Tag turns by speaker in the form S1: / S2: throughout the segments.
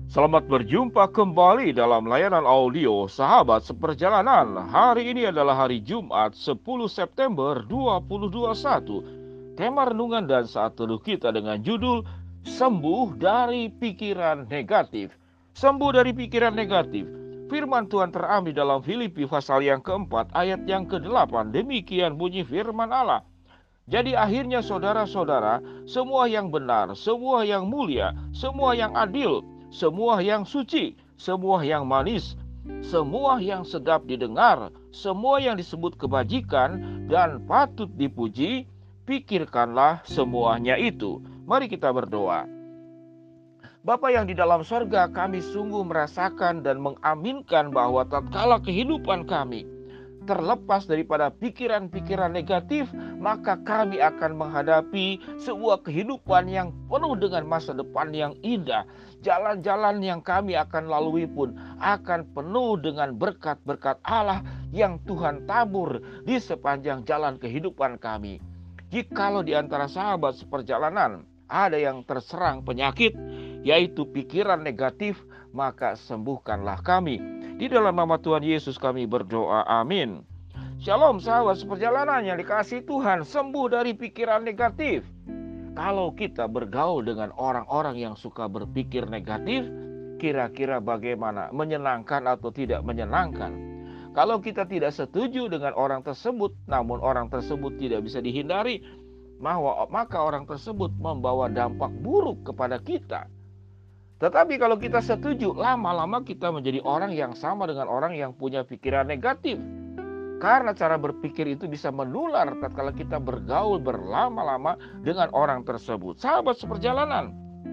S1: Selamat berjumpa kembali dalam layanan audio Sahabat Seperjalanan. Hari ini adalah hari Jumat 10 September 2021. Tema renungan dan saat teduh kita dengan judul Sembuh dari Pikiran Negatif. Sembuh dari pikiran negatif. Firman Tuhan terambil dalam Filipi pasal yang keempat ayat yang ke-8. Demikian bunyi firman Allah. Jadi akhirnya saudara-saudara, semua yang benar, semua yang mulia, semua yang adil, semua yang suci, semua yang manis, semua yang sedap didengar, semua yang disebut kebajikan dan patut dipuji, pikirkanlah semuanya itu. Mari kita berdoa. Bapa yang di dalam sorga, kami sungguh merasakan dan mengaminkan bahwa tatkala kehidupan kami terlepas daripada pikiran-pikiran negatif, maka kami akan menghadapi sebuah kehidupan yang penuh dengan masa depan yang indah. Jalan-jalan yang kami akan lalui pun akan penuh dengan berkat-berkat Allah yang Tuhan tabur di sepanjang jalan kehidupan kami. Jikalau di antara sahabat seperjalanan ada yang terserang penyakit, yaitu pikiran negatif, maka sembuhkanlah kami. Di dalam nama Tuhan Yesus kami berdoa, amin. Shalom sahabat seperjalanan yang dikasihi Tuhan, sembuh dari pikiran negatif. Kalau kita bergaul dengan orang-orang yang suka berpikir negatif, kira-kira bagaimana? Menyenangkan atau tidak menyenangkan? Kalau kita tidak setuju dengan orang tersebut, namun orang tersebut tidak bisa dihindari, maka orang tersebut membawa dampak buruk kepada kita. Tetapi kalau kita setuju, lama-lama kita menjadi orang yang sama dengan orang yang punya pikiran negatif. Karena cara berpikir itu bisa menular tatkala kita bergaul berlama-lama dengan orang tersebut. Sahabat seperjalanan,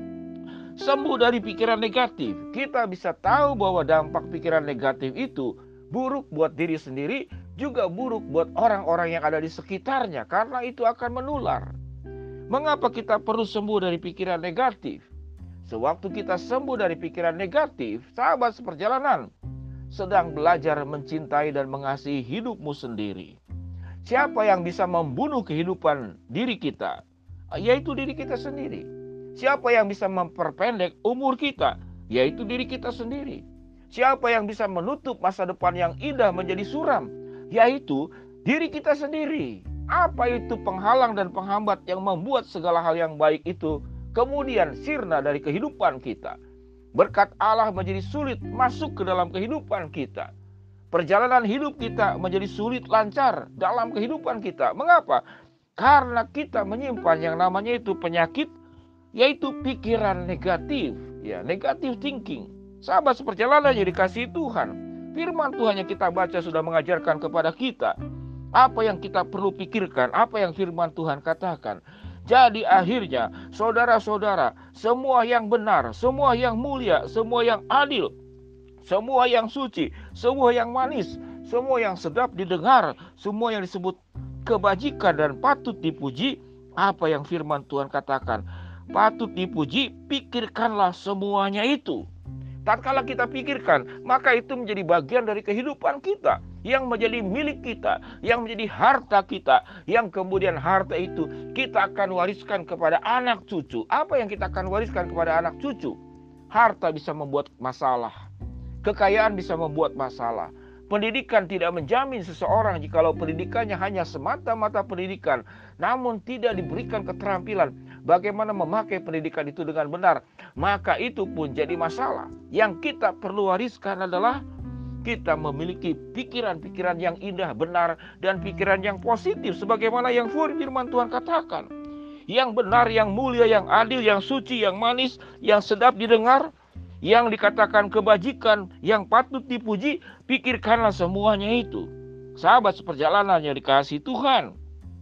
S1: sembuh dari pikiran negatif. Kita bisa tahu bahwa dampak pikiran negatif itu buruk buat diri sendiri, juga buruk buat orang-orang yang ada di sekitarnya. Karena itu akan menular. Mengapa kita perlu sembuh dari pikiran negatif? Sewaktu kita sembuh dari pikiran negatif, sahabat seperjalanan sedang belajar mencintai dan mengasihi hidupmu sendiri. Siapa yang bisa membunuh kehidupan diri kita? Yaitu diri kita sendiri. Siapa yang bisa memperpendek umur kita? Yaitu diri kita sendiri. Siapa yang bisa menutup masa depan yang indah menjadi suram? Yaitu diri kita sendiri. Apa itu penghalang dan penghambat yang membuat segala hal yang baik itu kemudian sirna dari kehidupan kita? Berkat Allah menjadi sulit masuk ke dalam kehidupan kita. Perjalanan hidup kita menjadi sulit lancar dalam kehidupan kita. Mengapa? Karena kita menyimpan yang namanya itu penyakit, yaitu pikiran negatif, ya, negative thinking. Sahabat seperjalanan yang dikasihi Tuhan, firman Tuhan yang kita baca sudah mengajarkan kepada kita apa yang kita perlu pikirkan, apa yang firman Tuhan katakan. Jadi akhirnya saudara-saudara, semua yang benar, semua yang mulia, semua yang adil, semua yang suci, semua yang manis, semua yang sedap didengar, semua yang disebut kebajikan dan patut dipuji, apa yang firman Tuhan katakan? Patut dipuji, pikirkanlah semuanya itu. Tatkala kita pikirkan, maka itu menjadi bagian dari kehidupan kita, yang menjadi milik kita, yang menjadi harta kita, yang kemudian harta itu kita akan wariskan kepada anak cucu. Apa yang kita akan wariskan kepada anak cucu? Harta bisa membuat masalah, kekayaan bisa membuat masalah. Pendidikan tidak menjamin seseorang jikalau pendidikannya hanya semata-mata pendidikan, namun tidak diberikan keterampilan bagaimana memakai pendidikan itu dengan benar, maka itu pun jadi masalah. Yang kita perlu wariskan adalah kita memiliki pikiran-pikiran yang indah, benar, dan pikiran yang positif, sebagaimana yang firman Tuhan katakan. Yang benar, yang mulia, yang adil, yang suci, yang manis, yang sedap didengar, yang dikatakan kebajikan, yang patut dipuji, pikirkanlah semuanya itu. Sahabat seperjalanan yang dikasihi Tuhan,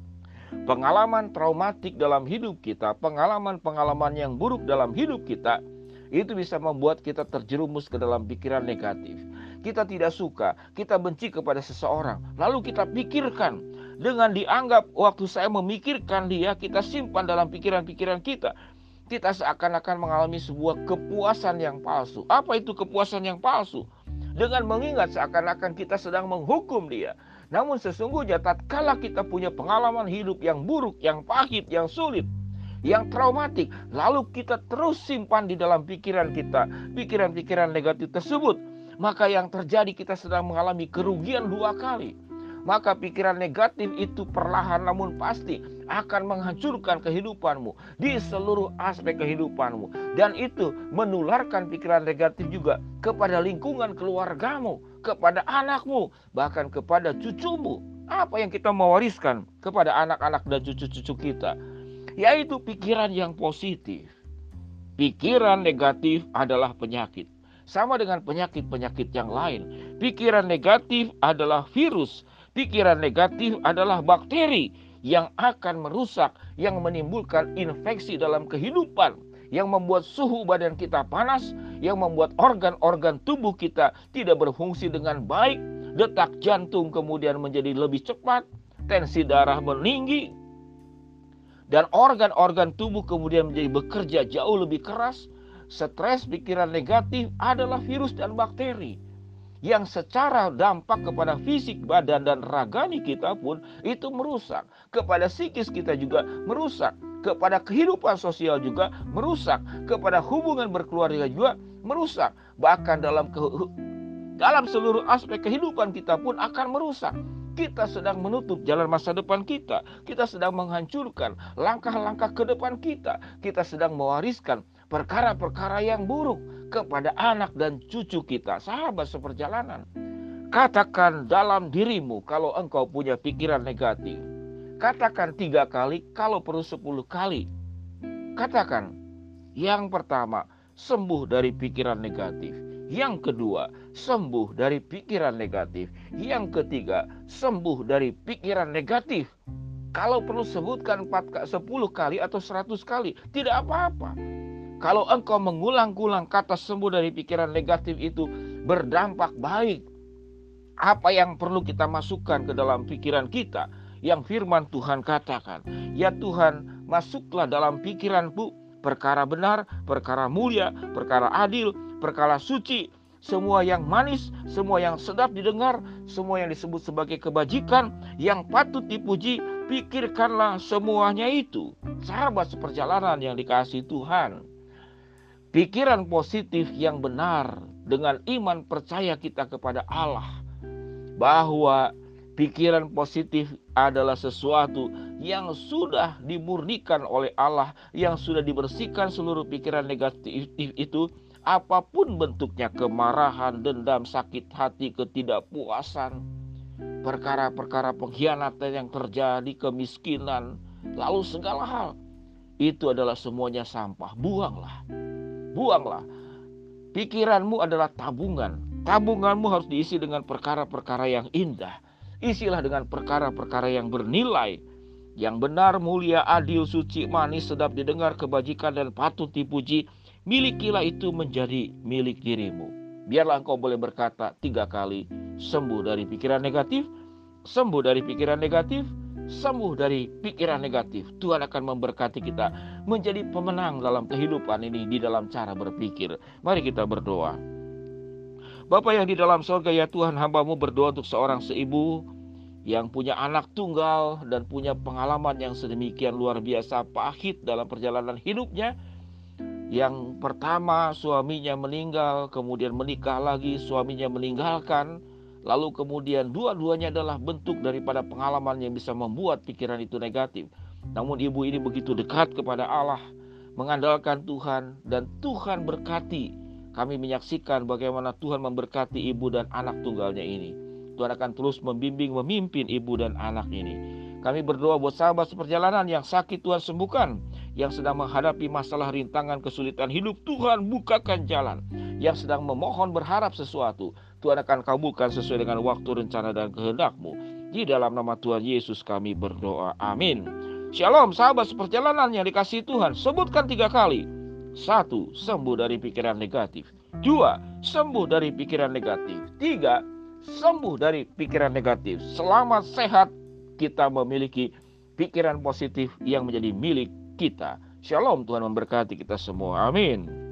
S1: pengalaman traumatik dalam hidup kita, pengalaman-pengalaman yang buruk dalam hidup kita, itu bisa membuat kita terjerumus ke dalam pikiran negatif. Kita tidak suka, kita benci kepada seseorang, lalu kita pikirkan. Dengan dianggap waktu saya memikirkan dia, kita simpan dalam pikiran-pikiran kita. Kita seakan-akan mengalami sebuah kepuasan yang palsu. Apa itu kepuasan yang palsu? Dengan mengingat seakan-akan kita sedang menghukum dia. Namun sesungguhnya tatkala kita punya pengalaman hidup yang buruk, yang pahit, yang sulit, yang traumatik, lalu kita terus simpan di dalam pikiran kita, pikiran-pikiran negatif tersebut, maka yang terjadi kita sedang mengalami kerugian 2 kali. Maka pikiran negatif itu perlahan namun pasti akan menghancurkan kehidupanmu di seluruh aspek kehidupanmu. Dan itu menularkan pikiran negatif juga kepada lingkungan keluargamu, kepada anakmu, bahkan kepada cucumu. Apa yang kita mewariskan kepada anak-anak dan cucu-cucu kita? Yaitu pikiran yang positif. Pikiran negatif adalah penyakit. Sama dengan penyakit-penyakit yang lain. Pikiran negatif adalah virus. Pikiran negatif adalah bakteri yang akan merusak, yang menimbulkan infeksi dalam kehidupan, yang membuat suhu badan kita panas, yang membuat organ-organ tubuh kita tidak berfungsi dengan baik, detak jantung kemudian menjadi lebih cepat, tensi darah meninggi, dan organ-organ tubuh kemudian menjadi bekerja jauh lebih keras. Stres, pikiran negatif adalah virus dan bakteri yang secara dampak kepada fisik, badan, dan ragani kita pun itu merusak. Kepada psikis kita juga merusak. Kepada kehidupan sosial juga merusak. Kepada hubungan berkeluarga juga merusak. Bahkan dalam seluruh aspek kehidupan kita pun akan merusak. Kita sedang menutup jalan masa depan kita. Kita sedang menghancurkan langkah-langkah ke depan kita. Kita sedang mewariskan perkara-perkara yang buruk kepada anak dan cucu kita. Sahabat seperjalanan, katakan dalam dirimu kalau engkau punya pikiran negatif. Katakan 3 kali, kalau perlu 10 kali. Katakan, yang pertama, sembuh dari pikiran negatif. Yang kedua, sembuh dari pikiran negatif. Yang ketiga, sembuh dari pikiran negatif. Kalau perlu sebutkan 10 kali atau 100 kali, tidak apa-apa. Kalau engkau mengulang-ulang kata sembuh dari pikiran negatif itu berdampak baik. Apa yang perlu kita masukkan ke dalam pikiran kita? Yang firman Tuhan katakan, ya Tuhan, masuklah dalam pikiranku perkara benar, perkara mulia, perkara adil, perkara suci, semua yang manis, semua yang sedap didengar, semua yang disebut sebagai kebajikan, yang patut dipuji, pikirkanlah semuanya itu. Sahabat seperjalanan yang dikasihi Tuhan, pikiran positif yang benar dengan iman percaya kita kepada Allah, bahwa pikiran positif adalah sesuatu yang sudah dimurnikan oleh Allah, yang sudah dibersihkan seluruh pikiran negatif itu, apapun bentuknya, kemarahan, dendam, sakit hati, ketidakpuasan, perkara-perkara pengkhianatan yang terjadi, kemiskinan, lalu segala hal, itu adalah semuanya sampah. Buanglah. Pikiranmu adalah tabungan. Tabunganmu harus diisi dengan perkara-perkara yang indah. Isilah dengan perkara-perkara yang bernilai, yang benar, mulia, adil, suci, manis, sedap didengar, kebajikan, dan patut dipuji. Milikilah itu menjadi milik dirimu. Biarlah engkau boleh berkata 3 kali, sembuh dari pikiran negatif, sembuh dari pikiran negatif, sembuh dari pikiran negatif. Tuhan akan memberkati kita menjadi pemenang dalam kehidupan ini di dalam cara berpikir. Mari kita berdoa. Bapa yang di dalam surga, ya Tuhan, hamba-Mu berdoa untuk seorang seibu yang punya anak tunggal dan punya pengalaman yang sedemikian luar biasa pahit dalam perjalanan hidupnya. Yang pertama, suaminya meninggal, kemudian menikah lagi, suaminya meninggalkan. Lalu kemudian dua-duanya adalah bentuk daripada pengalaman yang bisa membuat pikiran itu negatif. Namun ibu ini begitu dekat kepada Allah, mengandalkan Tuhan, dan Tuhan berkati. Kami menyaksikan bagaimana Tuhan memberkati ibu dan anak tunggalnya ini. Tuhan akan terus membimbing, memimpin ibu dan anak ini. Kami berdoa buat sahabat seperjalanan yang sakit, Tuhan sembuhkan. Yang sedang menghadapi masalah, rintangan, kesulitan hidup, Tuhan bukakan jalan. Yang sedang memohon berharap sesuatu, Tuhan akan kabulkan sesuai dengan waktu, rencana, dan kehendak-Mu. Di dalam nama Tuhan Yesus kami berdoa. Amin. Shalom sahabat seperjalanan yang dikasihi Tuhan. Sebutkan 3 kali. 1. Sembuh dari pikiran negatif. 2. Sembuh dari pikiran negatif. 3. Sembuh dari pikiran negatif. Selamat sehat, kita memiliki pikiran positif yang menjadi milik kita. Shalom, Tuhan memberkati kita semua. Amin.